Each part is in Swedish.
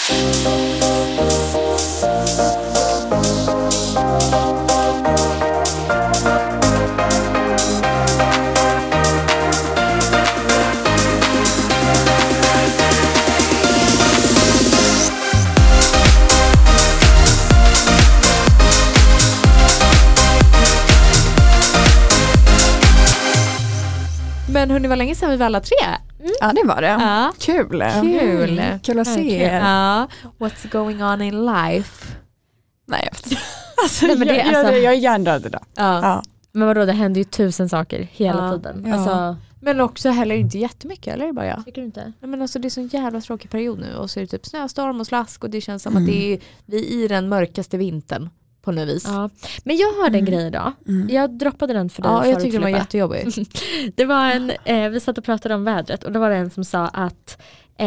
Men hörni, var länge sedan vi var alla tre. Ja, det var det. Ja. Kul att se er. Ja. What's going on in life? Nej, jag vet inte. Alltså, Nej, men det, jag är hjärndöd idag. Ja. Men vadå, det händer ju 1000 saker hela tiden. Ja. Alltså, Men också heller inte jättemycket, eller är det bara jag? tycker du inte? Nej, men alltså, det är så en jävla tråkig period nu. Och så är det typ snöstorm och slask. Och det känns som att det är vi är i den mörkaste vintern. På något vis. Ja. Men jag hörde en grej idag. Jag droppade den för dig. Ja, jag förut, tyckte det var Filippa. jättejobbig. Det var vi satt och pratade om vädret och då var det en som sa att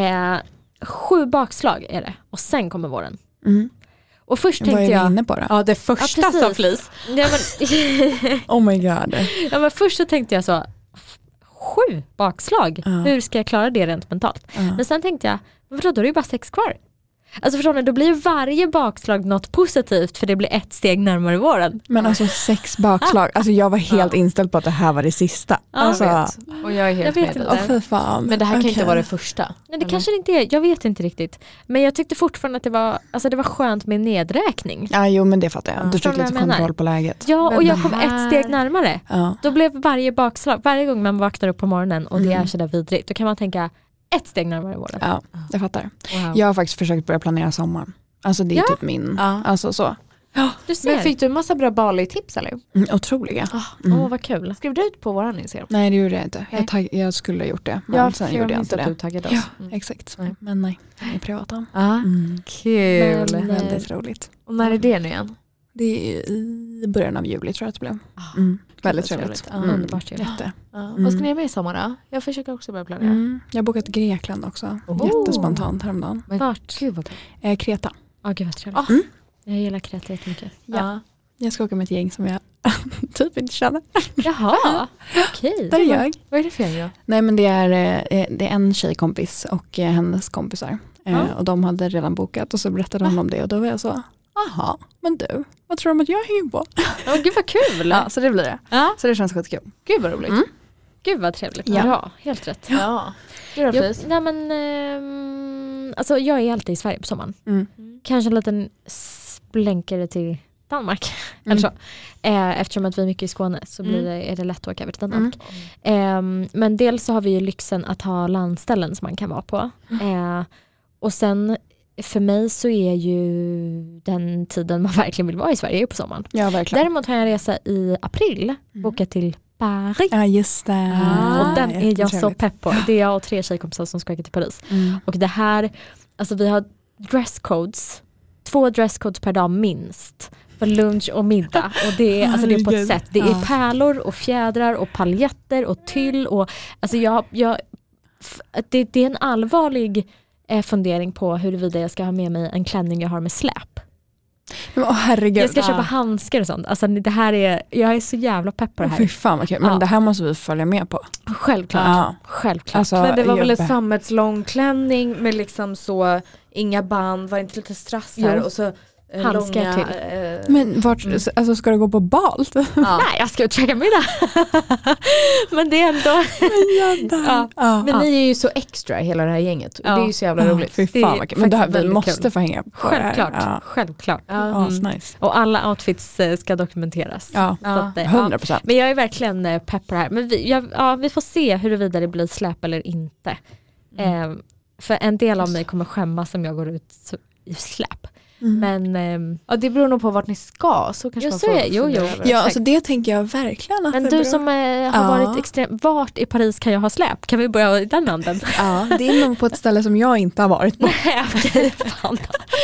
7 bakslag är det och sen kommer våren. Och först Vad tänkte är vi jag inne på då? Ja, det första precis. sa Flis. Ja, men, Oh my god. ja, men först så tänkte jag så 7 bakslag. Hur ska jag klara det rent mentalt? Men sen tänkte jag, vadå, då är det ju bara 6 kvar. Alltså förstår ni, då blir ju varje bakslag något positivt för det blir ett steg närmare våren. Men alltså 6 bakslag. Alltså jag var helt inställd på att det här var det sista. Alltså, Och jag är helt Jag vet med. inte. för fan. Men det här kan Okej. inte vara det första. Nej, det kanske det inte är. Jag vet inte riktigt. Men jag tyckte fortfarande att det var skönt med nedräkning. Ja, jo men det fattar jag. Du Förstår fick du lite vad jag menar? kontroll på läget. Ja, Men och jag det kom här- ett steg närmare. Ja. Då blev varje bakslag, varje gång man vaknar upp på morgonen och det är så där vidrigt, då kan man tänka ett steg närmare våren. Ja, jag fattar. Wow. Jag har faktiskt försökt börja planera sommaren. Alltså det är typ min, Ja. alltså så. Du ser. Men fick du en massa bra Bali-tips eller? Otroliga. Åh, vad kul. Skrev du ut på våran Instagram? Nej, det gjorde jag inte. Nej. Jag skulle ha gjort det, men sen gjorde jag inte att du det. taggade oss. Ja, exakt. Men nej, i privata. Kul. Men, Väldigt roligt. Och när är det nu igen? Det är i början av juli tror jag att det blev. Väldigt trevligt. Underbart ju. Jätte. Vad ska ni göra med i sommar då? Jag försöker också börja planera. Jag har bokat Grekland också. Oh. Jättespontant häromdagen. Men Vart? gud vad kul. Kreta. Ja, gud vad trevligt. Ah. Jag gillar Kreta jättemycket. Ja. Jag ska åka med ett gäng som jag typ inte känner. Jaha, okej. Där är jag. Vad är det för gäng då? Nej men det är en tjejkompis och hennes kompisar. Och de hade redan bokat och så berättade de om det och då var jag så, aha, men du, vad tror de att jag hänger på? Gud vad kul. Ja, så det blir det. Ja. Så det känns skitkul. Gud vad roligt. Gud vad trevligt. Ja. Bra, helt rätt. Ja. Gud vad fint. Nej men, alltså jag är alltid i Sverige på sommaren. Kanske en liten splänkare till Danmark. Eller så. Eftersom att vi är mycket i Skåne så är det lätt att åka över till Danmark. Men dels så har vi ju lyxen att ha landställen som man kan vara på. Och sen för mig så är ju den tiden man verkligen vill vara i Sverige är på sommaren. Ja, verkligen. Däremot har jag en resa i april bokat till Paris. Ja, just det. Och den är jag så Jättetrevligt. pepp på. Det är jag och 3 tjejkompisar som ska åka till Paris. Och det här, alltså vi har dresscodes, 2 dresscodes per dag minst. För lunch och middag. Och det är, alltså det är på ett sätt. Det är pärlor och fjädrar och paljetter och tyll. Och, alltså det är en allvarlig fundering på huruvida jag ska ha med mig en klänning jag har med släp. Men, herregud. Jag ska köpa handskar och sånt. Alltså det här jag är så jävla pepp på det här. Fy fan vad kul. Men det här måste vi följa med på. Självklart. Ja. Självklart. Alltså, Men det var väl en jag- sammetslång klänning med liksom så inga band, var inte lite strass här Jo. och så Handskar långa, till. Men vart, alltså ska du gå på bal? Ja. Nej, jag ska ut och käka middag. Men det är ändå... Ja. Men ni är ju så extra hela det här gänget. Ja. Det är ju så jävla roligt. Fy Det är fan vad kul. Men det här, faktiskt vi väldigt måste kul. få hänga på Självklart. det här. Ja. Självklart. Ja, nice. Och alla outfits ska dokumenteras. Ja, Så att, 100%. Men jag är verkligen pepp på det här. Men vi får se huruvida det blir släp eller inte. För en del av mig kommer skämmas om jag går ut i släp. Men Ja, det beror nog på vart ni ska. Så kanske Jo, man så får är- jo, fundera jo. över. Ja, alltså det tänker jag verkligen att men det du beror- som har varit extremt, vart i Paris kan jag ha släp? Kan vi börja i den anden? Ja, det är nog på ett ställe som jag inte har varit på. Nej, okej, fan.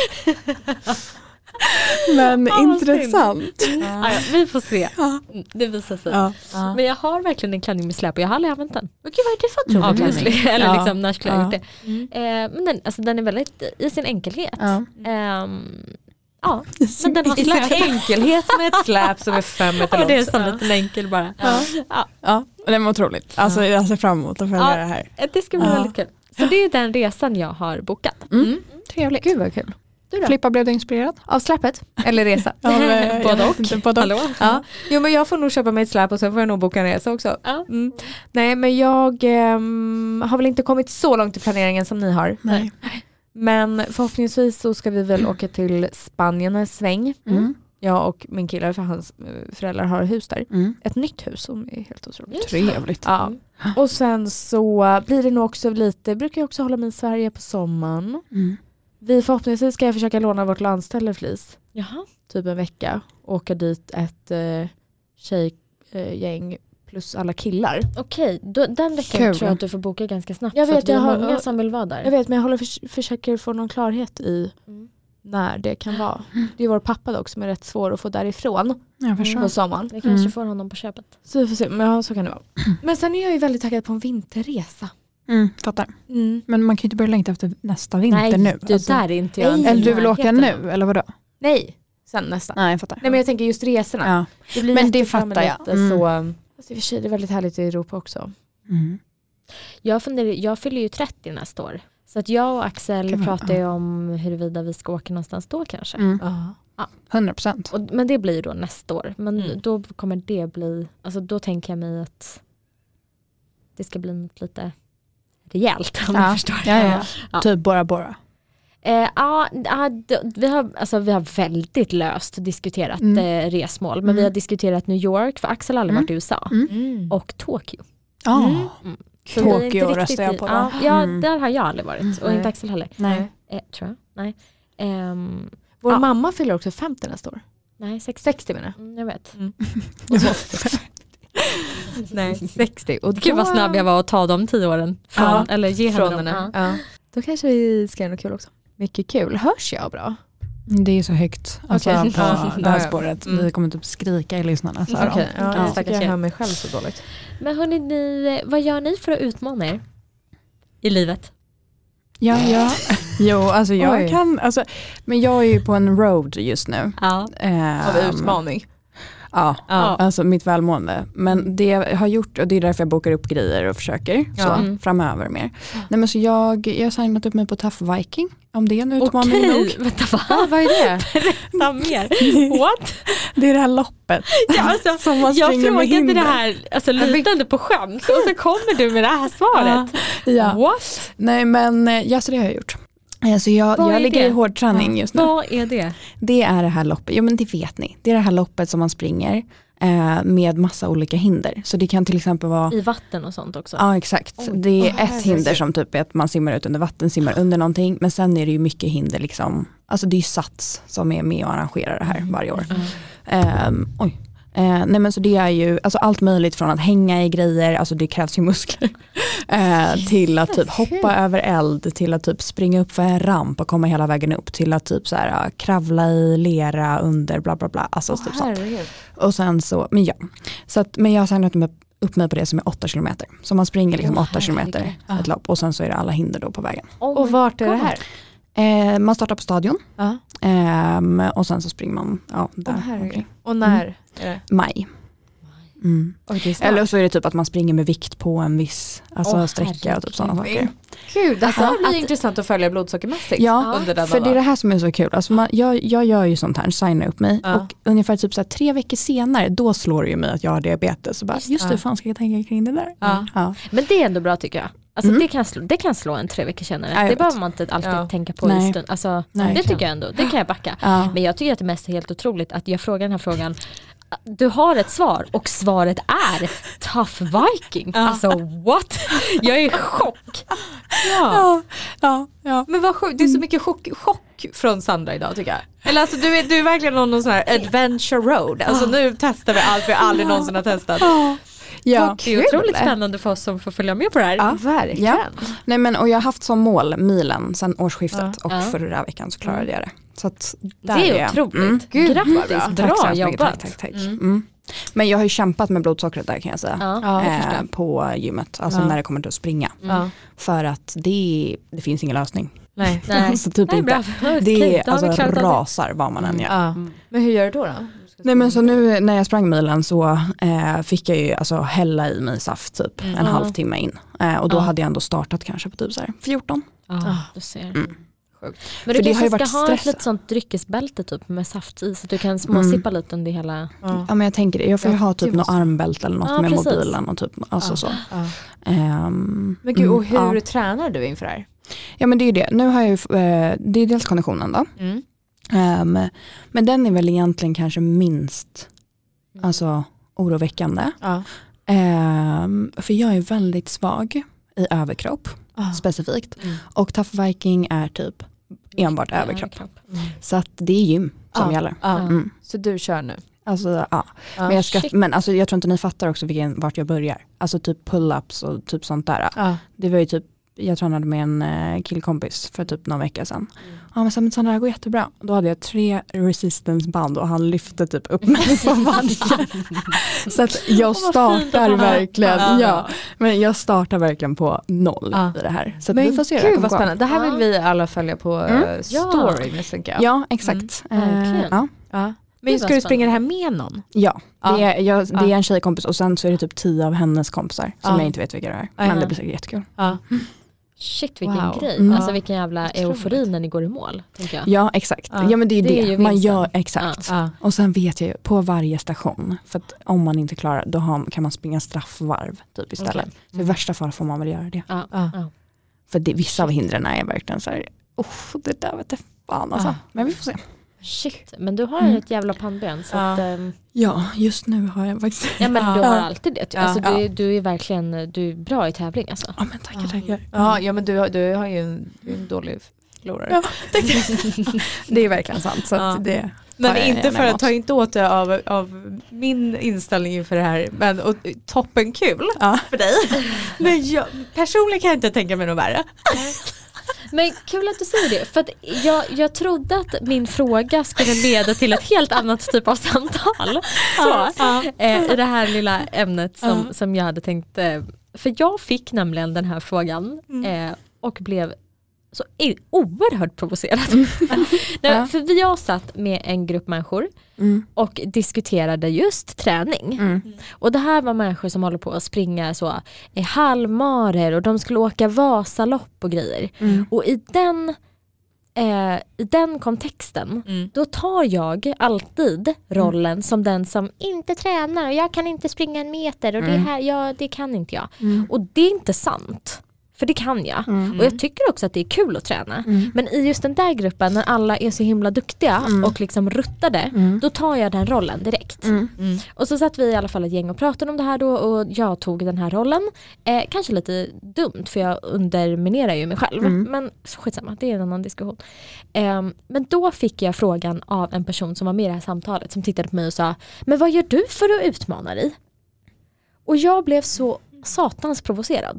Men vad intressant. Ja, vi får se. Det visar sig. Ja. Men jag har verkligen en klänning med släp och jag har aldrig använt den. Okej, vad är det för otrolig klänning? Obviously. Eller Ja. liksom, när skulle jag Ja. gjort det? Men den är väldigt i sin enkelhet. Ja. Ja, men den har I släp. sin enkelhet med ett släp som är 5 meter Ja, långt. det är så liten enkel bara. Ja, det var otroligt. Alltså jag ser fram emot att följa det här. Det ska bli väldigt kul. Så det är den resan jag har bokat. trevligt. Gud vad kul. Du då? Filippa, blev du inspirerad? Av släpet? Eller resa? Både och. Ja. Jo, men jag får nog köpa mig ett släp och sen får jag nog boka en resa också. Ja. Nej, men jag har väl inte kommit så långt i planeringen som ni har. Nej. Men förhoppningsvis så ska vi väl åka till Spanien en sväng. Jag och min kille, för hans föräldrar har hus där. Ett nytt hus som är helt otroligt. Trevligt. Ja. Och sen så blir det nog också lite, brukar jag också hålla mig i Sverige på sommaren. Vi förhoppningsvis ska jag försöka låna vårt landställe Flis. Jaha. Typ en vecka. Åka dit ett tjejgäng plus alla killar. Okej, den veckan Kul. tror jag att du får boka ganska snabbt. Jag för vet, att det är jag har- många som vill vara där. Jag vet, men jag försöker få någon klarhet i när det kan vara. Det är vår pappa dock som är rätt svår att få därifrån Jag förstår. på sommaren. Vi kanske får honom på köpet. Så vi får se, men ja, så kan det vara. Men sen är jag ju väldigt taggad på en vinterresa. Fattar. Men man kan ju inte börja längta efter nästa vinter Nej, nu. det där är inte jag. Nej. Eller du vill åka nu, eller vadå? Nej, sen nästan. Nej, jag fattar. Nej, men jag tänker just resorna. Ja. Det blir Men det jättebra med fattar jag. lite så. Fast i och för sig, det är väldigt härligt i Europa också. Jag fyller ju 30 nästa år. Så att jag och Axel Kan man- pratar ju om huruvida vi ska åka någonstans då kanske. Ja. 100%. Men det blir ju då nästa år. Men då kommer det bli, alltså då tänker jag mig att det ska bli något lite rejält om jag förstår. Ja. Typ Bora. Vi har väldigt löst diskuterat resmål. Men vi har diskuterat New York, för Axel har aldrig varit i USA. Och Tokyo. Så vi är inte Tokyo riktigt röstar jag på då. Ja, där har jag aldrig varit. Och Nej. inte Axel heller. Nej. Tror jag. Nej. Vår mamma fyller också 50 nästa år. Nej, 60. 60 menar Jag vet. Nej, 60. Och Gud vad snabb jag var att ta de 10 åren. Eller ge henne från dem. henne. Ja. Då kanske vi ska göra något kul också. Mycket kul. Hörs jag bra? Det är så högt alltså, Okej. på det här spåret. Vi kommer typ skrika i lyssnarna. Så här. Okej, jag stackars tycker jag er. hör mig själv så dåligt. Men hörni, vad gör ni för att utmana er i livet? Ja. Jo, alltså jag Oj. kan, alltså, men jag är ju på en road just nu. Ja. Av utmaning. Ja, Ja. alltså mitt välmående. Men det jag har gjort, och det är därför jag bokar upp grejer och försöker så, framöver mer. Nej, men så jag har signat upp mig på Tough Viking, om det är en utmaning nog. Vänta, Vad är det? Berätta mer. What? Det är det här loppet. Ja, alltså, Som man jag springer med frågade hinder. det här alltså, lutande på skämt och så kommer du med det här svaret. Ja. What? Nej, men så det har jag gjort. Så Vad är jag ligger det? i hård träning just nu. Vad är det? Det är det här loppet, jo men det vet ni. Det är det här loppet som man springer med massa olika hinder. Så det kan till exempel vara... I vatten och sånt också? Ja, exakt. Det är ett hinder som typ är att man simmar ut under vatten, simmar under någonting. Men sen är det ju mycket hinder liksom. Alltså det är ju Sats som är med och arrangerar det här varje år. Nej men så det är ju alltså allt möjligt från att hänga i grejer, alltså det krävs ju muskler, till att typ hoppa över eld, till att typ springa upp för en ramp och komma hela vägen upp, till att typ så här kravla i lera under bla bla bla, alltså typ sånt. Och sen så, men ja. Så att, men jag har signat upp mig på det som är 8 kilometer. Så man springer liksom 8 kilometer ett lopp och sen så är det alla hinder då på vägen. Och vart är det här? Man startar på stadion. Och sen så springer man där. Och när är det? Maj. Eller så är det typ att man springer med vikt på en viss sträcka och typ sådana saker. Gud, det här blir intressant att följa blodsockermässigt. Ja, under den för det är det här som är så kul. Alltså jag gör ju sånt här, signar upp mig. Ja. Och ungefär typ så här 3 veckor senare, då slår det ju mig att jag har diabetes. Så bara, just det, fan ska jag tänka kring det där? Ja. Men det är ändå bra tycker jag. Alltså det kan slå en 3 veckor senare. Det behöver man inte alltid tänka på i stund. Alltså, det tycker jag ändå, det kan jag backa. Men jag tycker att det mest är helt otroligt att jag frågar den här frågan. Du har ett svar och svaret är Tough Viking. Alltså what? Jag är i chock. Ja. Men vad sjukt, det är så mycket chock från Sandra idag tycker jag. Eller alltså du är verkligen någon sån här adventure road. Alltså nu testar vi allt vi aldrig någonsin har testat. Ja. Det är otroligt spännande för oss som får följa med på det här. Ja, verkligen. Ja. Nej, men, och jag har haft som mål milen sedan årsskiftet och förra veckan så klarade jag det. Så att där det är otroligt. Gud, grattis, bra Tack jobbat. Tack. Men jag har ju kämpat med blodsockret där kan jag säga. På gymmet, alltså när det kommer till att springa. För att det finns ingen lösning. Nej. Så typ Nej, inte. bra. Det alltså rasar vad man än gör. Men hur gör du då? Nej, men så nu när jag sprang milen så fick jag ju alltså hälla i mig saft typ en halvtimme in. Och då hade jag ändå startat kanske på typ så här 14. Du ser. Men för du det har ju kanske ska varit ha ett stress. litet sånt dryckesbälte typ med saft i så att du kan småsippa lite under hela. Ja men jag tänker det. Jag får ju ha typ något armbälte eller något med precis. mobilen och typ alltså så. Men gud, och hur tränar du inför det här? Ja men det är ju det. Nu har jag ju, det är dels konditionen då. Men den är väl egentligen kanske minst alltså oroväckande. För jag är väldigt svag i överkropp specifikt. Och Tough Viking är typ enbart överkropp. Så att det är gym som gäller. Så du kör nu? Alltså men alltså, jag tror inte ni fattar också vart jag börjar. Alltså typ pull-ups och typ sånt där. Det var ju typ, jag tränade med en killkompis för typ någon vecka sedan. Men sådana där går jättebra. Då hade jag 3 resistance-band och han lyfte typ upp mig på varje. Så att jag startar verkligen. Men jag startar verkligen på 0 i det här. Så att vi får se gud vad spännande. Det här vill vi alla följa på story misstänker jag. Ja, exakt. Men ska du springa det här med någon? Ja, det är en tjejkompis och sen så är det typ 10 av hennes kompisar som jag inte vet vilka det är. Men det blir säkert jättekul. Shit vilken grej. Alltså vilken jävla eufori när ni går i mål, tänker jag. Ja, exakt. Ja men det är det. Är ju man gör exakt. Och sen vet jag ju på varje station, för att om man inte klarar då kan man springa straffvarv typ istället. Så i värsta fall får man väl göra det. För vissa av hindren är verkligen så här, det där vet jag fan alltså. Men vi får se. Shit, men du har ett jävla pannben så att, ja, just nu har jag faktiskt. Ja, men du har alltid det. Alltså du är verkligen du är bra i tävling alltså. Ja, men tackar. Ja, men du har ju en dålig förlorare. Ja, det är verkligen sant så att det. Men inte för att ta inte åt det av min inställning inför det här, men och, toppen kul för dig. Men jag personligen kan jag inte tänka mig något värre. Men kul att du säger det, för att jag trodde att min fråga skulle leda till ett helt annat typ av samtal i det här lilla ämnet som jag hade tänkt. För jag fick nämligen den här frågan och blev så oerhört provocerad. För jag satt med en grupp människor och diskuterade just träning. Och det här var människor som håller på att springa så i halvmarer och de skulle åka Vasalopp och grejer. Och i den kontexten då tar jag alltid rollen som den som inte tränar och jag kan inte springa 1 meter och det här, det kan inte jag. Och det är inte sant. För det kan jag. Och jag tycker också att det är kul att träna. Men i just den där gruppen när alla är så himla duktiga och liksom ruttade, då tar jag den rollen direkt. Och så satt vi i alla fall ett gäng och pratade om det här då och jag tog den här rollen. Kanske lite dumt för jag underminerar ju mig själv. Men skitsamma, det är en annan diskussion. Men då fick jag frågan av en person som var med i det här samtalet som tittade på mig och sa, men vad gör du för att utmana dig? Och jag blev så satans provocerad.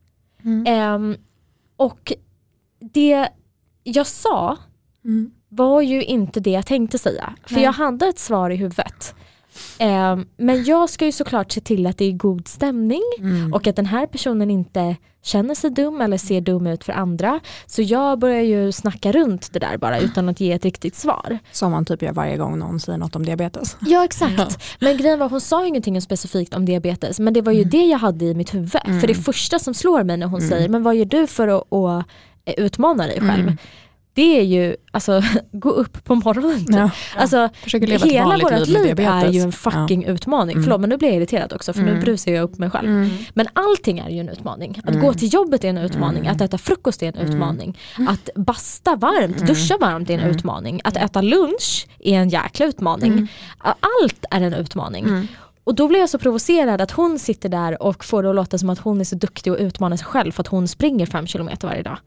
Och det jag sa var ju inte det jag tänkte säga. För jag hade ett svar i huvudet. Men jag ska ju såklart se till att det är god stämning och att den här personen inte känner sig dum eller ser dum ut för andra. Så jag börjar ju snacka runt det där bara utan att ge ett riktigt svar. Som man typ gör varje gång någon säger något om diabetes. Ja, exakt. Men grejen var, hon sa ju ingenting specifikt om diabetes, men det var ju det jag hade i mitt huvud. För det första som slår mig när hon säger, men vad gör du för att utmana dig själv? Det är ju alltså gå upp på morgonen. Typ. Alltså hela vårt liv är ju en fucking utmaning. Förlåt, men nu blir jag irriterad också för nu brusar jag upp mig själv. Men allting är ju en utmaning. Att gå till jobbet är en utmaning. Att äta frukost är en utmaning. Att basta varmt, duscha varmt är en utmaning. Att äta lunch är en jäkla utmaning. Allt är en utmaning. Och då blev jag så provocerad att hon sitter där och får det att låta som att hon är så duktig och utmanar sig själv för att hon springer 5 kilometer varje dag.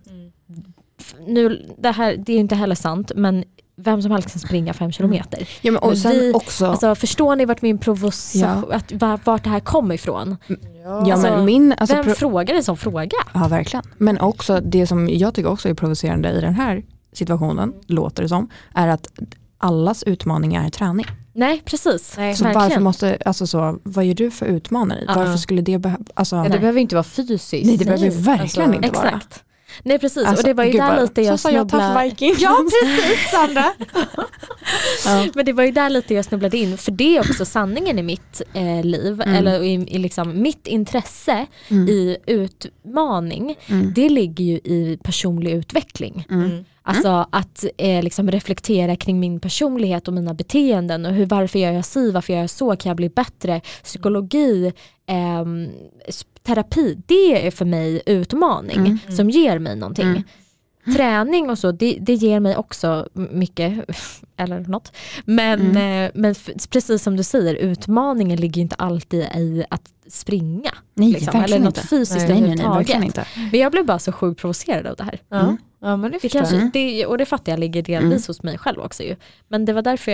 Nu, det är inte heller sant, men vem som helst kan springa 5 kilometer. Ja, men och sen också, alltså, förstår ni vart min provokation, vart det här kommer ifrån? Ja, men vem frågar det som fråga? Ja, verkligen. Men också det som jag tycker också är provocerande i den här situationen, låter det som, är att allas utmaning är träning. Nej, precis. Så verkligen. Varför måste, alltså så, vad gör du för utmaning? Varför skulle det det behöver inte vara fysiskt. Nej, det behöver verkligen inte vara. Exakt. Nej, precis. Alltså, och det var ju där lite jag snubblade. Ja, precis, Sandra. Men det var ju där lite jag snubblade in. För det är också sanningen i mitt liv. Eller i liksom, mitt intresse i utmaning. Det ligger ju i personlig utveckling. Alltså att liksom reflektera kring min personlighet och mina beteenden. Och varför gör jag si, varför gör jag så? Kan jag bli bättre? Psykologi, terapi. Det är för mig utmaning som ger mig någonting. Träning och så, det ger mig också mycket, eller något. Men precis som du säger, utmaningen ligger inte alltid i att springa. Nej, liksom, eller något inte. fysiskt överhuvudtaget. Men jag blev bara så sjukt provocerad av det här. Ja, men det kanske, och det fattar jag ligger delvis hos mig själv också ju. Men det var därför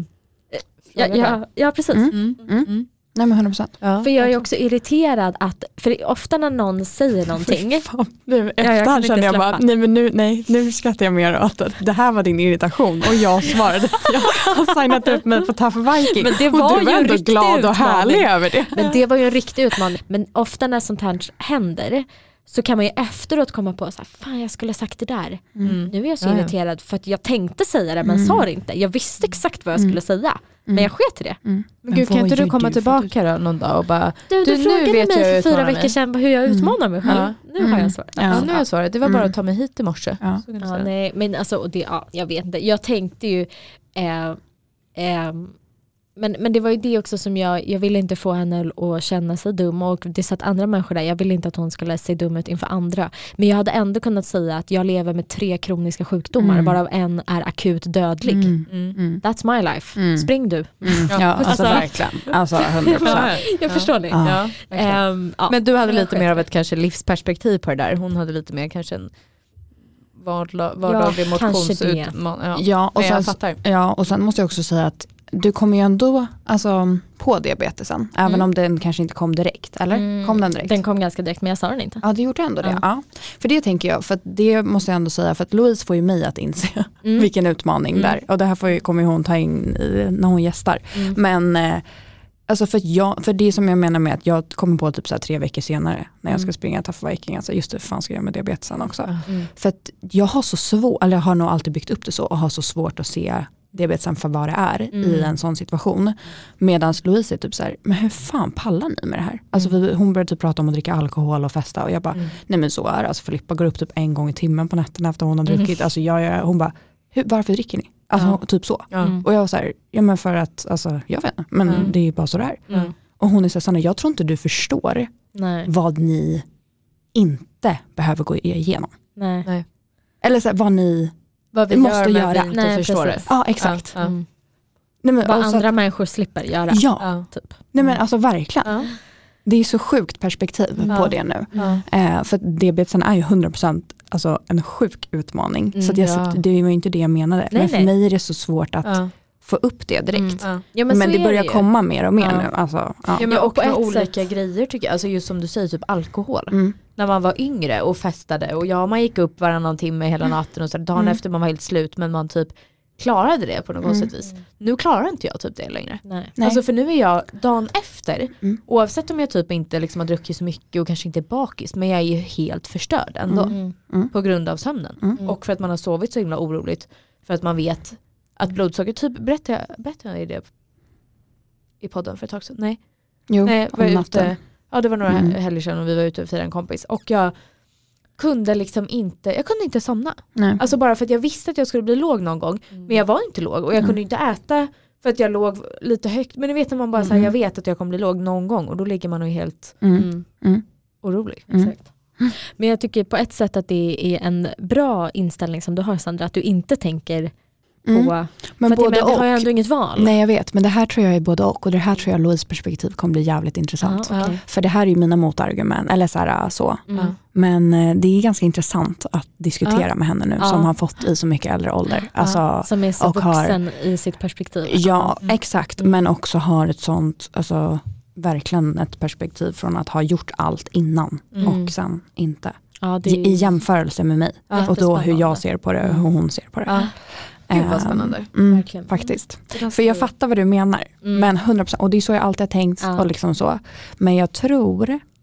jag precis. Nej, men 100%. Ja, för jag är också irriterad för ofta när någon säger någonting. Efter kände jag bara, nu skrattar jag mer åt att det här var din irritation och jag svarade att jag har signat upp mig på Tough Viking. Men det var och du var ändå glad och härlig över det. Men det var ju en riktig utmaning. Men ofta när sånt här händer så kan man ju efteråt komma på så här, fan jag skulle sagt det där. Nu är jag så irriterad för att jag tänkte säga det men sa det inte. Jag visste exakt vad jag skulle säga. Men jag sket i det. Men gud, kan inte du komma tillbaka då någon dag och bara du frågade mig för 4 veckor sedan hur jag utmanar mig själv. Nu har jag svarat. Ja, nu har jag svarat. Det var bara att ta mig hit i morse. Nej, men alltså, jag vet inte. Jag tänkte ju men det var ju det också som jag ville inte få henne att känna sig dum, och det satt andra människor där. Jag ville inte att hon skulle se dum ut inför andra. Men jag hade ändå kunnat säga att jag lever med 3 kroniska sjukdomar, varav en är akut dödlig. That's my life. Spring du. Ja, alltså verkligen. Alltså 100%. Jag förstår det. Men du hade lite mer av ett kanske livsperspektiv på det där. Hon hade lite mer kanske en vardaglig motionsutmaning. Och sen måste jag också säga att du kommer ju ändå på diabetesen, även om den kanske inte kom direkt, eller? Kom den direkt? Den kom ganska direkt, men jag sa den inte. Ja, det gjorde ändå det. Ja. För det tänker jag, för att det måste jag ändå säga, för att Louise får ju mig att inse vilken utmaning där. Och det här kommer hon ta in när hon gästar. Men alltså för det som jag menar med att jag kommer på typ så här 3 veckor senare när jag ska springa Tough Viking, alltså just det, fan ska jag göra med diabetesen också. För att jag har så svårt, eller jag har nog alltid byggt upp det så, och har så svårt att se diabetesen för vad det är i en sån situation. Medan Louise är typ så här, men hur fan pallar ni med det här? Alltså hon började typ prata om att dricka alkohol och festa, och jag bara, nej men så är det. Alltså Filippa går upp typ 1 gång i timmen på nätterna efter hon har druckit. Alltså hon bara, varför dricker ni? Alltså typ så. Och jag var så här, ja men för att, alltså jag vet inte, men det är bara så där. Och hon är så här, Sanna, jag tror inte du förstår vad ni inte behöver gå igenom. Nej. Eller så här, vad vi måste göra. Vi inte förstår det. Ja, exakt. Nej, men, vad andra människor slipper göra. Ja, typ. Nej men alltså verkligen. Det är så sjukt perspektiv på det nu. För att diabetesen är ju 100% alltså en sjuk utmaning. Så att det var ju inte det jag menade. Men för mig är det så svårt att få upp det direkt. Men det börjar komma mer och mer nu. Alltså, men och på olika grejer tycker jag. Alltså just som du säger, typ alkohol. När man var yngre och festade. Och man gick upp varannan timme hela natten. Och så dagen efter man var helt slut. Men man typ klarade det på något sätt vis. Nu klarar inte jag typ det längre. Nej. Alltså för nu är jag dagen efter. Oavsett om jag typ inte liksom har druckit så mycket. Och kanske inte är bakis. Men jag är ju helt förstörd ändå. På grund av sömnen. Och för att man har sovit så himla oroligt. För att man vet att blodsocker typ, berättade jag det i podden för ett tag sedan? Nej. Jo, nej, var ute, det var några helger sedan och vi var ute och firade en kompis. Och jag kunde liksom inte somna. Nej. Alltså bara för att jag visste att jag skulle bli låg någon gång. Men jag var inte låg och jag kunde inte äta för att jag låg lite högt. Men det vet man bara så här, jag vet att jag kommer bli låg någon gång. Och då ligger man nog helt orolig. Exakt. Men jag tycker på ett sätt att det är en bra inställning som du har, Sandra. Att du inte tänker på... Men för både att jag har ju ändå inget val. Nej, jag vet. Men det här tror jag är både och det här tror jag Louise perspektiv kommer bli jävligt intressant. För det här är ju mina motargument. Eller så. Men det är ganska intressant att diskutera med henne nu. Som har fått i så mycket äldre ålder. Alltså, som är så vuxen i sitt perspektiv. Ja, exakt. Men också har ett sånt... Alltså, verkligen ett perspektiv från att ha gjort allt innan. Och sen inte. I jämförelse med mig. Och då hur jag ser på det och hur hon ser på det. Gud vad spännande. Faktiskt. För jag fattar vad du menar. Men 100%. Och det är så jag alltid har tänkt. Och liksom så. Men jag tror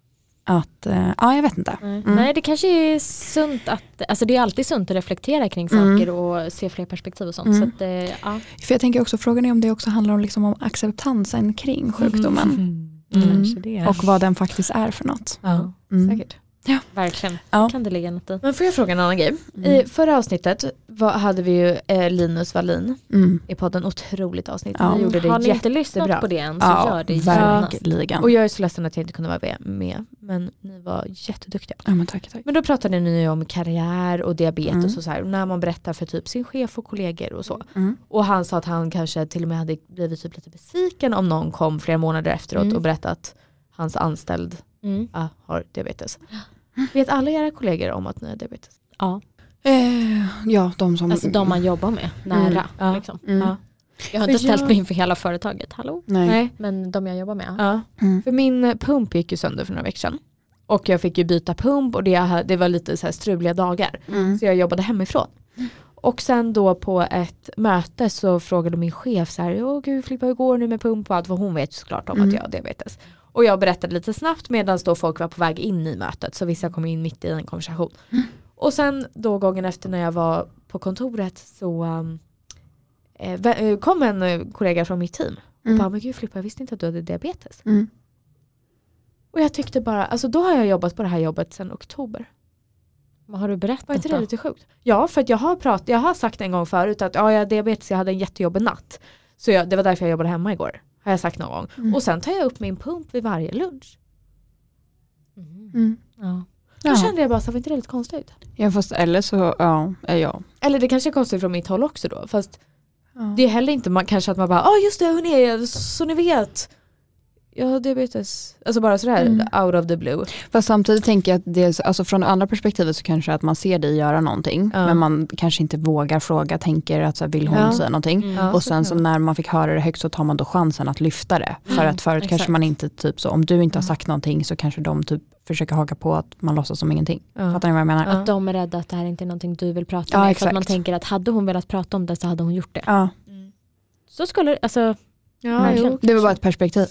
att jag vet inte. Nej, det kanske är sunt att, alltså det är alltid sunt att reflektera kring saker och se fler perspektiv och sånt. Så att, För jag tänker också, frågan är om det också handlar om, liksom, om acceptansen kring sjukdomen. Och vad den faktiskt är för något. Ja, säkert. Ja, verkligen. Kan det ligga något i. Men får jag fråga en annan grej? I förra avsnittet hade vi ju Linus Wallin i podden. Otroligt avsnitt. Vi gjorde det har ni jättebra. Inte lyssnat på det än så gör det verkligen. Och jag är så ledsen att jag inte kunde vara med. Men ni var jätteduktiga. Ja, men tack. Men då pratade ni om karriär och diabetes och så här. Och när man berättar för typ sin chef och kollegor och så. Och han sa att han kanske till och med hade blivit typ lite besviken om någon kom flera månader efteråt och berättat att hans anställd har diabetes. Vet alla era kollegor om att ni har diabetes? Ja. Ja, de som... Alltså de man jobbar med, nära. Liksom. Jag har inte ställt mig in för hela företaget, hallå? Nej. Men de jag jobbar med. För min pump gick ju sönder för några veckor sedan. Och jag fick ju byta pump och det var lite så här struliga dagar. Så jag jobbade hemifrån. Och sen då på ett möte så frågade min chef så här, åh gud Filippa, hur går nu med pump och allt? För hon vet såklart om att jag har diabetes. Och jag berättade lite snabbt medan då folk var på väg in i mötet. Så vissa kom in mitt i en konversation. Och sen då gången efter när jag var på kontoret så kom en kollega från mitt team. Och bara, men gud Filippa, jag visste inte att du hade diabetes. Och jag tyckte bara, alltså då har jag jobbat på det här jobbet sedan oktober. Vad har du berättat då? Var inte det lite sjukt? Ja, för att jag har sagt en gång förut att jag har diabetes, jag hade en jättejobbig natt. Så det var därför jag jobbade hemma igår. Har jag sagt någon gång. Och sen tar jag upp min pump vid varje lunch. Då kände jag bara så var inte det lite konstigt? Ja, fast eller så, ja. Eller det kanske är konstigt från mitt håll också då. Fast det är heller inte kanske att man bara, just det, hörni, så ni vet. Jag har diabetes. Alltså bara sådär out of the blue. Fast samtidigt tänker jag att det, alltså från andra perspektivet så kanske att man ser dig göra någonting. Men man kanske inte vågar fråga, tänker att så här, vill hon säga någonting. Och sen så när man fick höra det högt så tar man då chansen att lyfta det. För att förut kanske man inte typ så, om du inte har sagt någonting så kanske de typ försöker haka på att man låtsas som ingenting. Fattar ni vad jag menar? Att de är rädda att det här inte är någonting du vill prata med. För att man tänker att hade hon velat prata om det så hade hon gjort det. Så skulle alltså... det var bara ett perspektiv.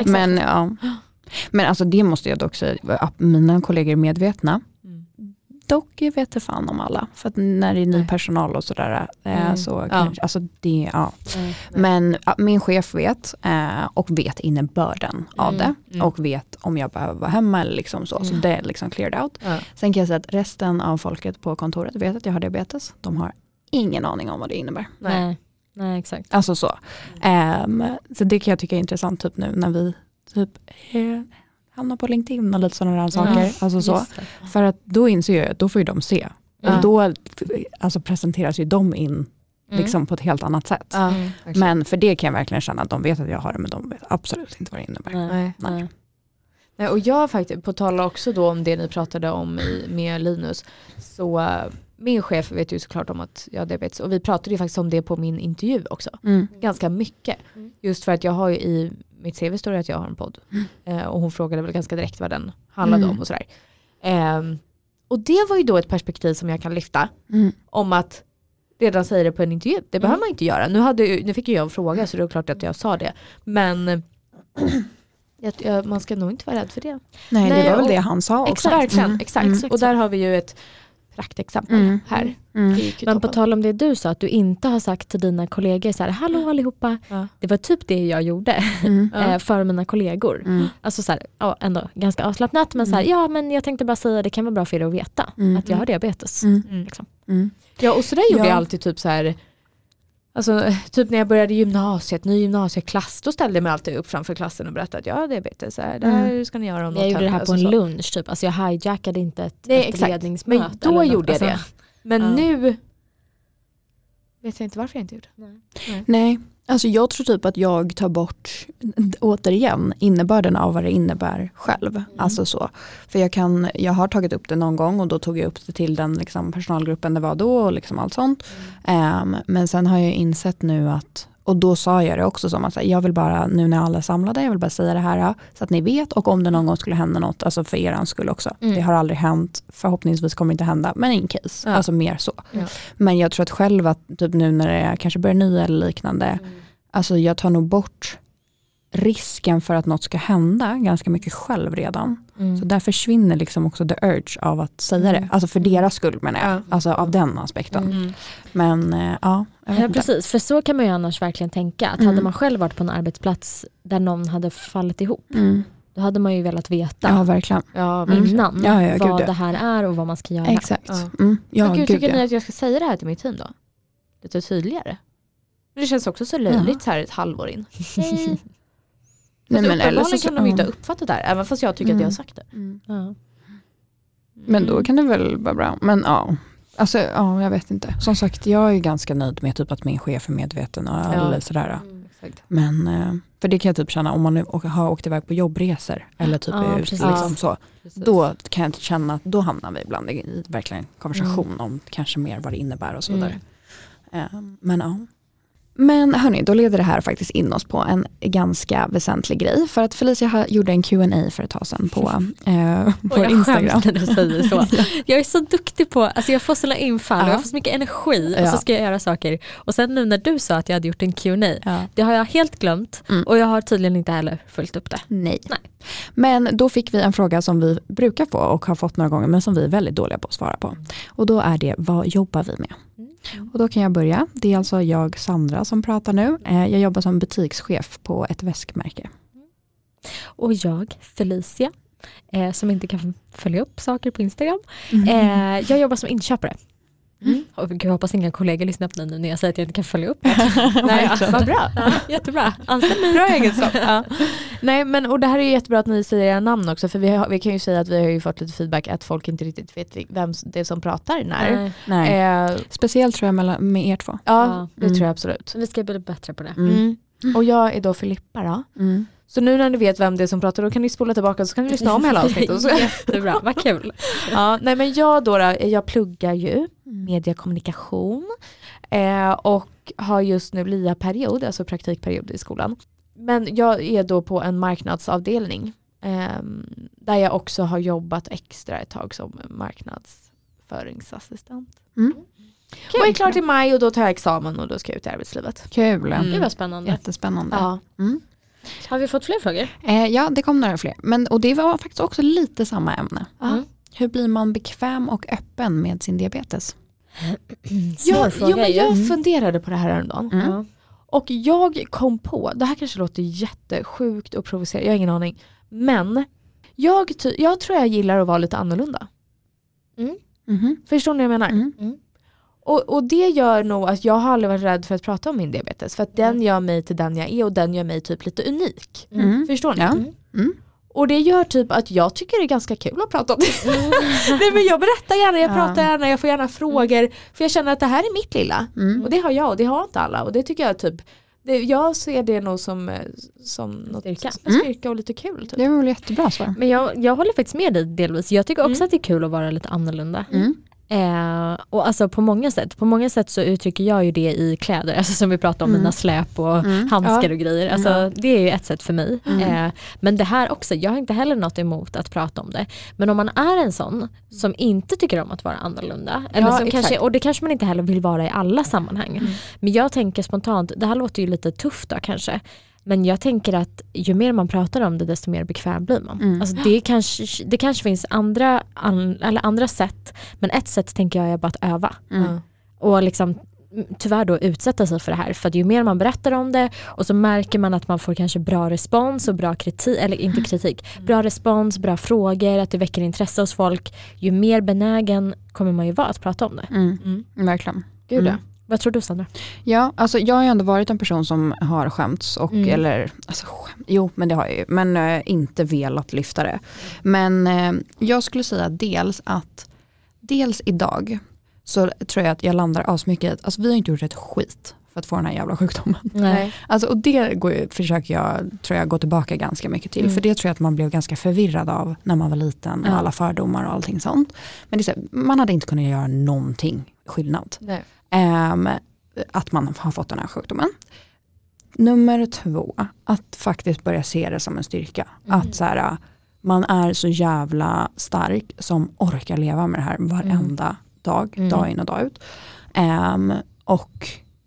Men alltså det måste jag dock säga att mina kollegor är medvetna. Dock vet det fan om alla. För att när det är ny personal och sådär så kanske, alltså det, Men min chef vet och vet innebörden av det. Och vet om jag behöver vara hemma eller liksom så. Så det är liksom cleared out. Sen kan jag säga att resten av folket på kontoret vet att jag har diabetes. De har ingen aning om vad det innebär. Nej, exakt. Alltså så. Så det kan jag tycka är intressant typ nu när vi typ hamnar på LinkedIn och lite sådana där saker. Alltså så. För att då inser jag att då får ju de se. Och då alltså presenteras ju de in liksom på ett helt annat sätt. Men för det kan jag verkligen känna att de vet att jag har det, men de vet absolut inte vad det innebär. Nej, och jag faktiskt, på tal också då om det ni pratade om med Linus, så min chef vet ju såklart om att jag har diabetes. Och vi pratade ju faktiskt om det på min intervju också. Ganska mycket. Just för att jag har ju i mitt CV står det att jag har en podd. Och hon frågade väl ganska direkt vad den handlade om och sådär. Och det var ju då ett perspektiv som jag kan lyfta. Om att redan säga det på en intervju. Det behöver man inte göra. Nu fick ju jag en fråga så det är klart att jag sa det. Men... man ska nog inte vara rädd för det. Nej, det var väl det han sa också. Exakt. Och där har vi ju ett praktexempel här. Men på tal om det du sa, att du inte har sagt till dina kollegor så här, hallå allihopa. Det var typ det jag gjorde för mina kollegor. Alltså så här, ändå ganska avslappnat, men så här, men jag tänkte bara säga, det kan vara bra för er att veta att jag har diabetes. Liksom. Ja, och så där gjorde jag alltid typ så här. Alltså typ när jag började ny gymnasieklass, då ställde jag mig alltid upp framför klassen och berättade att jag har diabetes, det här ska ni göra om något. Jag gjorde det här på en lunch typ, alltså jag hijackade inte ett ledningsmöte. Men då gjorde jag det. Men nu vet jag inte varför jag inte gjorde det. Nej, alltså jag tror typ att jag tar bort återigen innebörden av vad det innebär själv. Alltså så. För jag har tagit upp det någon gång och då tog jag upp det till den liksom, personalgruppen det var då och liksom allt sånt. Men sen har jag insett nu att, och då sa jag det också som att jag vill bara, nu när alla är samlade, jag vill bara säga det här så att ni vet, och om det någon gång skulle hända något, alltså för er skull också. Det har aldrig hänt, förhoppningsvis kommer det inte hända, men in case, alltså mer så. Men jag tror att själv att typ nu när det kanske börjar nya eller liknande, alltså jag tar nog bort risken för att något ska hända ganska mycket själv redan. Så där försvinner liksom också the urge av att säga det. Alltså för deras skull menar jag. Alltså av den aspekten. Men ja, jag vet inte. Precis, för så kan man ju annars verkligen tänka. Att hade man själv varit på en arbetsplats där någon hade fallit ihop. Då hade man ju velat veta verkligen. Innan vad det här är och vad man ska göra. Exakt. Tycker ni att jag ska säga det här till mitt team då? Lite tydligare. Det känns också så löjligt så här ett halvår in. Nej, men eller så kan de inte ha uppfattat det här, även fast jag tycker att jag har sagt det. Men då kan det väl vara bra. Men alltså, jag vet inte. Som sagt, jag är ganska nöjd med typ att min chef är medveten och eller sådär. Men för det kan jag typ känna om man nu har åkt iväg på jobbresor eller typ liksom så. Då kan jag inte känna att då hamnar vi ibland i verkligen konversation om kanske mer vad det innebär och så vidare. Men hörni, då leder det här faktiskt in oss på en ganska väsentlig grej. För att Felicia gjorde en Q&A för ett tag sedan på Instagram. När du säger så. Jag är så duktig på, alltså jag får såna infall och jag får så mycket energi och så ska jag göra saker. Och sen nu när du sa att jag hade gjort en Q&A, det har jag helt glömt och jag har tydligen inte heller följt upp det. Nej. Men då fick vi en fråga som vi brukar få och har fått några gånger men som vi är väldigt dåliga på att svara på. Och då är det, vad jobbar vi med? Och då kan jag börja. Det är alltså jag, Sandra, som pratar nu. Jag jobbar som butikschef på ett väskmärke. Och jag, Felicia, som inte kan följa upp saker på Instagram. Jag jobbar som inköpare. Och jag hoppas inga kollegor lyssnar på nu när jag säger att jag inte kan följa upp. Nej, vad bra. Jättebra. Anställ bra egenskap. Nej, men och det här är jättebra att ni säger era namn också, för vi kan ju säga att vi har ju fått lite feedback att folk inte riktigt vet vem det är som pratar när. Nej. Speciellt tror jag med er två. Ja, det tror jag absolut. Vi ska bli bättre på det. Och jag är då Filippa då. Så nu när ni vet vem det är som pratar, då kan ni spola tillbaka och så kan ni lyssna om hela avsnittet. Jättebra, vad kul. Nej, men jag pluggar ju mediekommunikation och har just nu LIA-period, alltså praktikperiod i skolan. Men jag är då på en marknadsavdelning där jag också har jobbat extra ett tag som marknadsföringsassistent. Och är klar till maj och då tar jag examen och då ska jag ut i arbetslivet. Kul. Det var spännande. Jättespännande. Ja. Har vi fått fler frågor? Ja, det kom några fler. Och det var faktiskt också lite samma ämne. Hur blir man bekväm och öppen med sin diabetes? Jag funderade på det här häromdagen. Och jag kom på, det här kanske låter jättesjukt och provocerande, jag har ingen aning. Men jag tror jag gillar att vara lite annorlunda. Förstår ni vad jag menar? Och det gör nog att jag har aldrig varit rädd för att prata om min diabetes. För att den gör mig till den jag är och den gör mig typ lite unik. Förstår ni? Ja. Och det gör typ att jag tycker det är ganska kul att prata om det. Nej, men jag berättar gärna, jag pratar gärna, jag får gärna frågor. För jag känner att det här är mitt lilla. Och det har jag och det har inte alla. Och det tycker jag typ, jag ser det nog som något styrka och lite kul. Typ. Det var väl jättebra svar. Men jag håller faktiskt med dig delvis. Jag tycker också att det är kul att vara lite annorlunda. Och alltså på många sätt så uttrycker jag ju det i kläder, alltså som vi pratade om, mina släp och handskar och grejer, alltså det är ju ett sätt för mig. Men det här också, jag har inte heller något emot att prata om det, men om man är en sån som inte tycker om att vara annorlunda, eller som kanske, och det kanske man inte heller vill vara i alla sammanhang, men jag tänker spontant, det här låter ju lite tufft då kanske, men jag tänker att ju mer man pratar om det, desto mer bekväm blir man. Alltså det kanske finns andra sätt, men ett sätt tänker jag är bara att öva. Och liksom tyvärr då utsätta sig för det här. För att ju mer man berättar om det och så märker man att man får kanske bra respons och bra kritik, eller inte kritik, bra respons, bra frågor, att det väcker intresse hos folk, ju mer benägen kommer man ju vara att prata om det. Verkligen. Gud, vad tror du, Sandra? Ja, alltså jag har ju ändå varit en person som har skämts och eller alltså, men det har jag ju, men inte velat lyfta det. Men jag skulle säga dels idag så tror jag att jag landar asmycket, alltså vi har inte gjort ett skit för att få den här jävla sjukdomen. Nej. Alltså, och det försöker jag, tror jag, gå tillbaka ganska mycket till. För det tror jag att man blev ganska förvirrad av när man var liten och alla fördomar och allting sånt. Men det är så här, man hade inte kunnat göra någonting skillnad. Nej. Att man har fått den här sjukdomen. Nummer 2, att faktiskt börja se det som en styrka. Att så här, man är så jävla stark som orkar leva med det här varenda dag in och dag ut. Och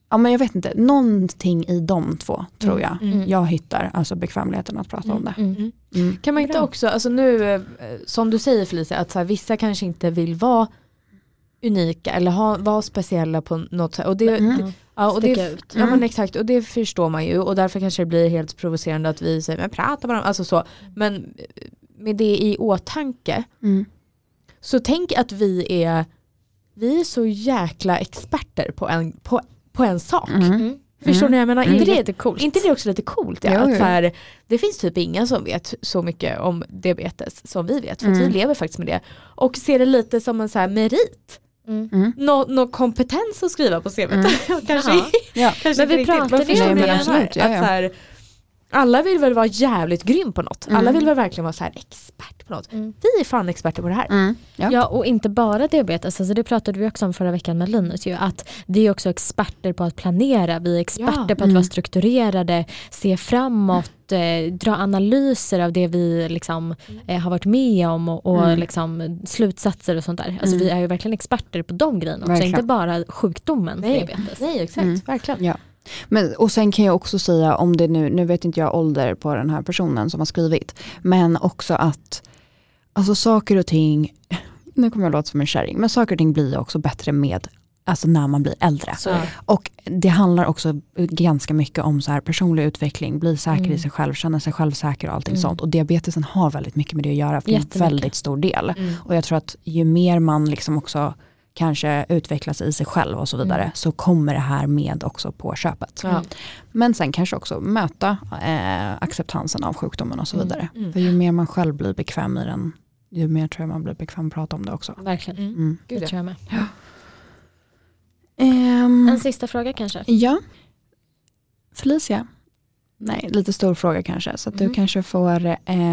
ja, men jag vet inte, någonting i de två tror jag. Jag hittar alltså bekvämligheten att prata om det. Kan man inte också, alltså nu som du säger Felicia, att så här, vissa kanske inte vill vara unika eller vara speciella på något sätt. Och det, och det, ut. Ja men exakt, och det förstår man ju. Och därför kanske det blir helt provocerande att vi säger, men prata bara, alltså så. Men med det i åtanke så tänk att vi är så jäkla experter på en sak. Förstår ni? Jag menar, inte det också lite coolt? Ja? Att så här, det finns typ ingen som vet så mycket om diabetes som vi vet. För att vi lever faktiskt med det. Och ser det lite som en så här merit. Någon kompetens att skriva på CV. Kanske men vi pratade absolut. Att så här, alla vill väl vara jävligt grym på något. Alla vill väl verkligen vara så här expert på något. Vi är fan experter på det här. Ja, och inte bara diabetes. Alltså det pratade vi också om förra veckan med Linus. Ju, att vi är också experter på att planera. Vi är experter på att vara strukturerade. Se framåt. Dra analyser av det vi liksom, har varit med om. Och liksom, slutsatser och sånt där. Alltså vi är ju verkligen experter på de grejerna också. Inte bara sjukdomen diabetes. Nej, exakt. Verkligen. Ja. Men, och sen kan jag också säga, om det nu vet inte jag ålder på den här personen som har skrivit, men också att alltså saker och ting, nu kommer jag låta som en kärring, men saker och ting blir också bättre med, alltså när man blir äldre. Och det handlar också ganska mycket om så här personlig utveckling, bli säker i sig själv, känna sig självsäker och allting sånt. Och diabetesen har väldigt mycket med det att göra, för det är en väldigt stor del. Och jag tror att ju mer man liksom också kanske utvecklas i sig själv och så vidare, så kommer det här med också på köpet. Men sen kanske också möta acceptansen av sjukdomen och så vidare. För ju mer man själv blir bekväm i den, ju mer tror jag man blir bekväm att prata om det också. Verkligen. Det tror jag med. En sista fråga kanske? Ja. Felicia? Nej, lite stor fråga kanske. Så att du kanske får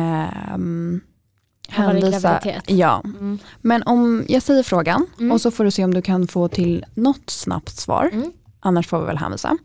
hänvisa. Ja. Men om jag säger frågan och så får du se om du kan få till något snabbt svar. Annars får vi väl hänvisa.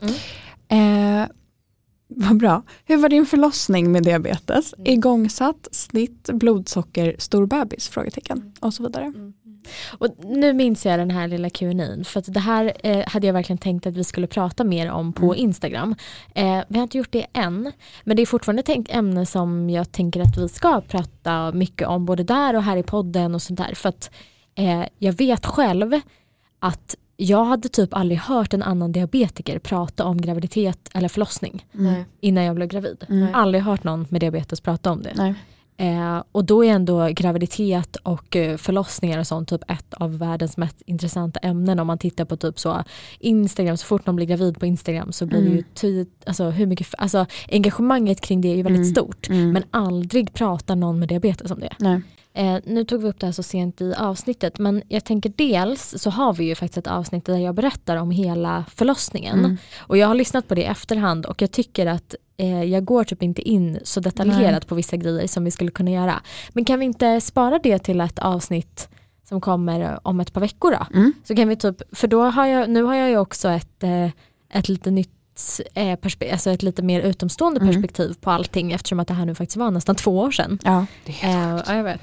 Vad bra. Hur var din förlossning med diabetes? Igångsatt, snitt, blodsocker, stor bebis? Frågetecken och så vidare. Och nu minns jag den här lilla Q&A, för att det här hade jag verkligen tänkt att vi skulle prata mer om på Instagram. Vi har inte gjort det än, men det är fortfarande ett ämne som jag tänker att vi ska prata mycket om, både där och här i podden och sånt där. För att jag vet själv att jag hade typ aldrig hört en annan diabetiker prata om graviditet eller förlossning innan jag blev gravid. Aldrig hört någon med diabetes prata om det. Nej. Och då är ändå graviditet och förlossningar och sånt typ ett av världens mest intressanta ämnen. Om man tittar på typ så Instagram, så fort någon blir gravid på Instagram så blir det ju alltså hur mycket, alltså engagemanget kring det är ju väldigt stort, men aldrig pratar någon med diabetes om det. Nej. Nu tog vi upp det här så sent i avsnittet, men jag tänker dels så har vi ju faktiskt ett avsnitt där jag berättar om hela förlossningen. Och jag har lyssnat på det i efterhand och jag tycker att jag går typ inte in så detaljerat på vissa grejer som vi skulle kunna göra. Men kan vi inte spara det till ett avsnitt som kommer om ett par veckor då? Så kan vi typ, för då har jag ju också ett lite nytt alltså ett lite mer utomstående perspektiv på allting, eftersom att det här nu faktiskt var nästan 2 år sedan. Ja, det är helt jag vet.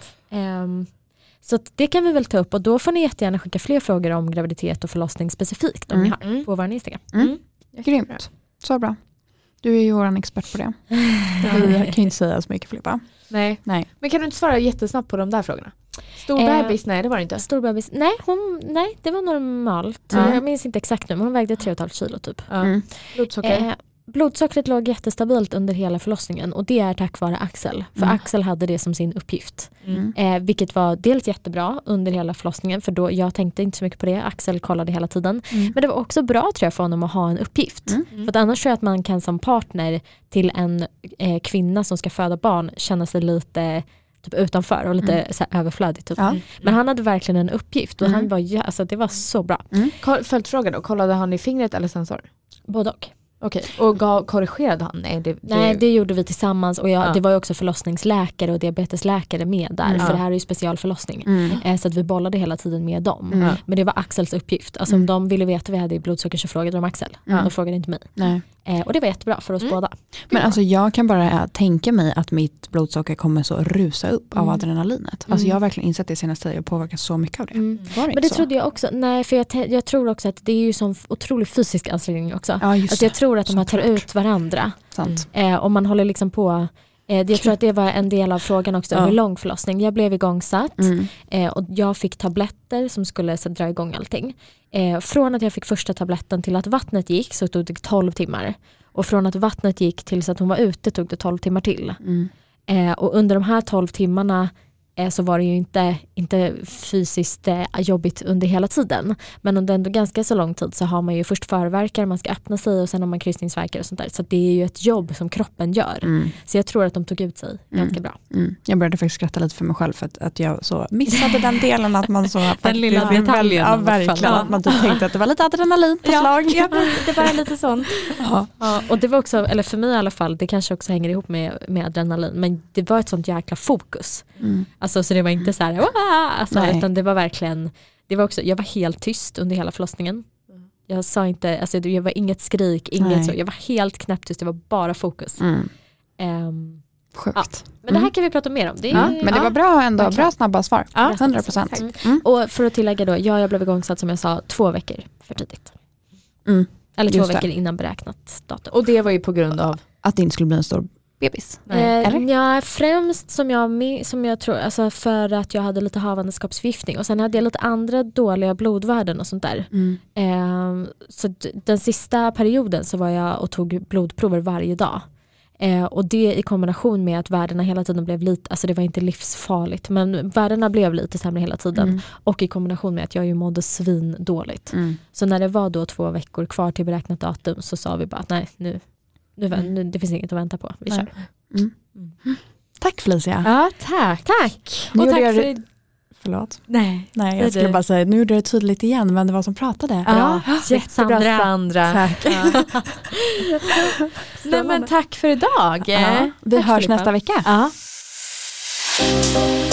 Så att det kan vi väl ta upp, och då får ni jättegärna skicka fler frågor om graviditet och förlossning specifikt om ni har på vår Instagram. Grymt, så bra. Du är ju våran expert på det. Jag kan inte säga så mycket, Filippa. Nej. Men kan du inte svara jättesnabbt på de där frågorna? Stor bebis? Nej, det var det inte. Stor bebis? Nej, det var normalt. Jag minns inte exakt nu, men hon vägde 3,5 kilo typ. Blodsocker? Blodsockret låg jättestabilt under hela förlossningen, och det är tack vare Axel. För Axel hade det som sin uppgift. Vilket var dels jättebra under hela förlossningen, för då jag tänkte inte så mycket på det. Axel kollade hela tiden. Men det var också bra, tror jag, för honom att ha en uppgift. För att annars tror jag att man kan som partner till en kvinna som ska föda barn känna sig lite typ utanför och lite så här överflödig typ. Men han hade verkligen en uppgift, och han var, alltså det var så bra. Följdfråga då, kollade han i fingret eller sensor? Både och. Okej, och korrigerade han? Nej, det gjorde vi tillsammans och det var ju också förlossningsläkare och diabetesläkare med där, för det här är ju specialförlossning. Så att vi bollade hela tiden med dem. Men det var Axels uppgift. Alltså om de ville veta vad vi hade i blodsocker så frågade de Axel. De frågade inte mig. Nej. Och det var jättebra för oss båda. Men alltså jag kan bara tänka mig att mitt blodsocker kommer så rusa upp av adrenalinet. Alltså jag har verkligen insett det senaste, jag påverkas så mycket av det. Men det trodde jag också. Nej, för jag tror också att det är ju som otrolig fysisk ansträngning också. Ja, alltså jag tror att de här tar ut varandra. Sant. Och man håller liksom på. Jag tror att det var en del av frågan också, hur lång förlossning. Jag blev igångsatt och jag fick tabletter som skulle så dra igång allting. Från att jag fick första tabletten till att vattnet gick så tog det 12 timmar. Och från att vattnet gick till så att hon var ute tog det 12 timmar till. Och under de här 12 timmarna så var det ju inte fysiskt jobbigt under hela tiden. Men under ändå ganska så lång tid så har man ju först förvärkar, man ska öppna sig och sen har man kryssningsverkar och sånt där. Så det är ju ett jobb som kroppen gör. Så jag tror att de tog ut sig ganska bra. Jag började faktiskt skratta lite för mig själv för att jag så missade den delen att man så den lilla detaljen. Ja, verkligen. Att man typ tänkte att det var lite adrenalin på slag. Ja, det var lite sånt. Ja, och det var också, eller för mig i alla fall, det kanske också hänger ihop med adrenalin. Men det var ett sånt jäkla fokus. Alltså, så det var inte så här, utan det var verkligen, det var också, jag var helt tyst under hela förlossningen. Jag sa inte, alltså jag var inget skrik, inget så, jag var helt knäpptyst, det var bara fokus. Sjukt. Men det här kan vi prata mer om. Men det var bra ändå, bra snabba svar. 100%. Och för att tillägga då, jag blev igångsatt som jag sa 2 veckor för tidigt. Eller 2 veckor innan beräknat datum. Och det var ju på grund av att det inte skulle bli en stor bebis. Ja, främst som jag tror, alltså för att jag hade lite havandeskapsförgiftning och sen hade jag lite andra dåliga blodvärden och sånt där. Så den sista perioden så var jag och tog blodprover varje dag. Och det i kombination med att värdena hela tiden blev lite, alltså det var inte livsfarligt, men värdena blev lite sämre hela tiden. Och i kombination med att jag ju mådde svin dåligt. Så när det var då 2 veckor kvar till beräknat datum så sa vi bara att nej, nu det finns inget att vänta på. Vi kör. Tack Felicia. Ja, tack. Och tack för... Förlåt. Nej, jag skulle bara säga, nu är det tydligt igen vem det var som pratade. Ja, jättebra Sandra. Tack. Nej, men tack för idag. Vi hörs nästa vecka. Ja.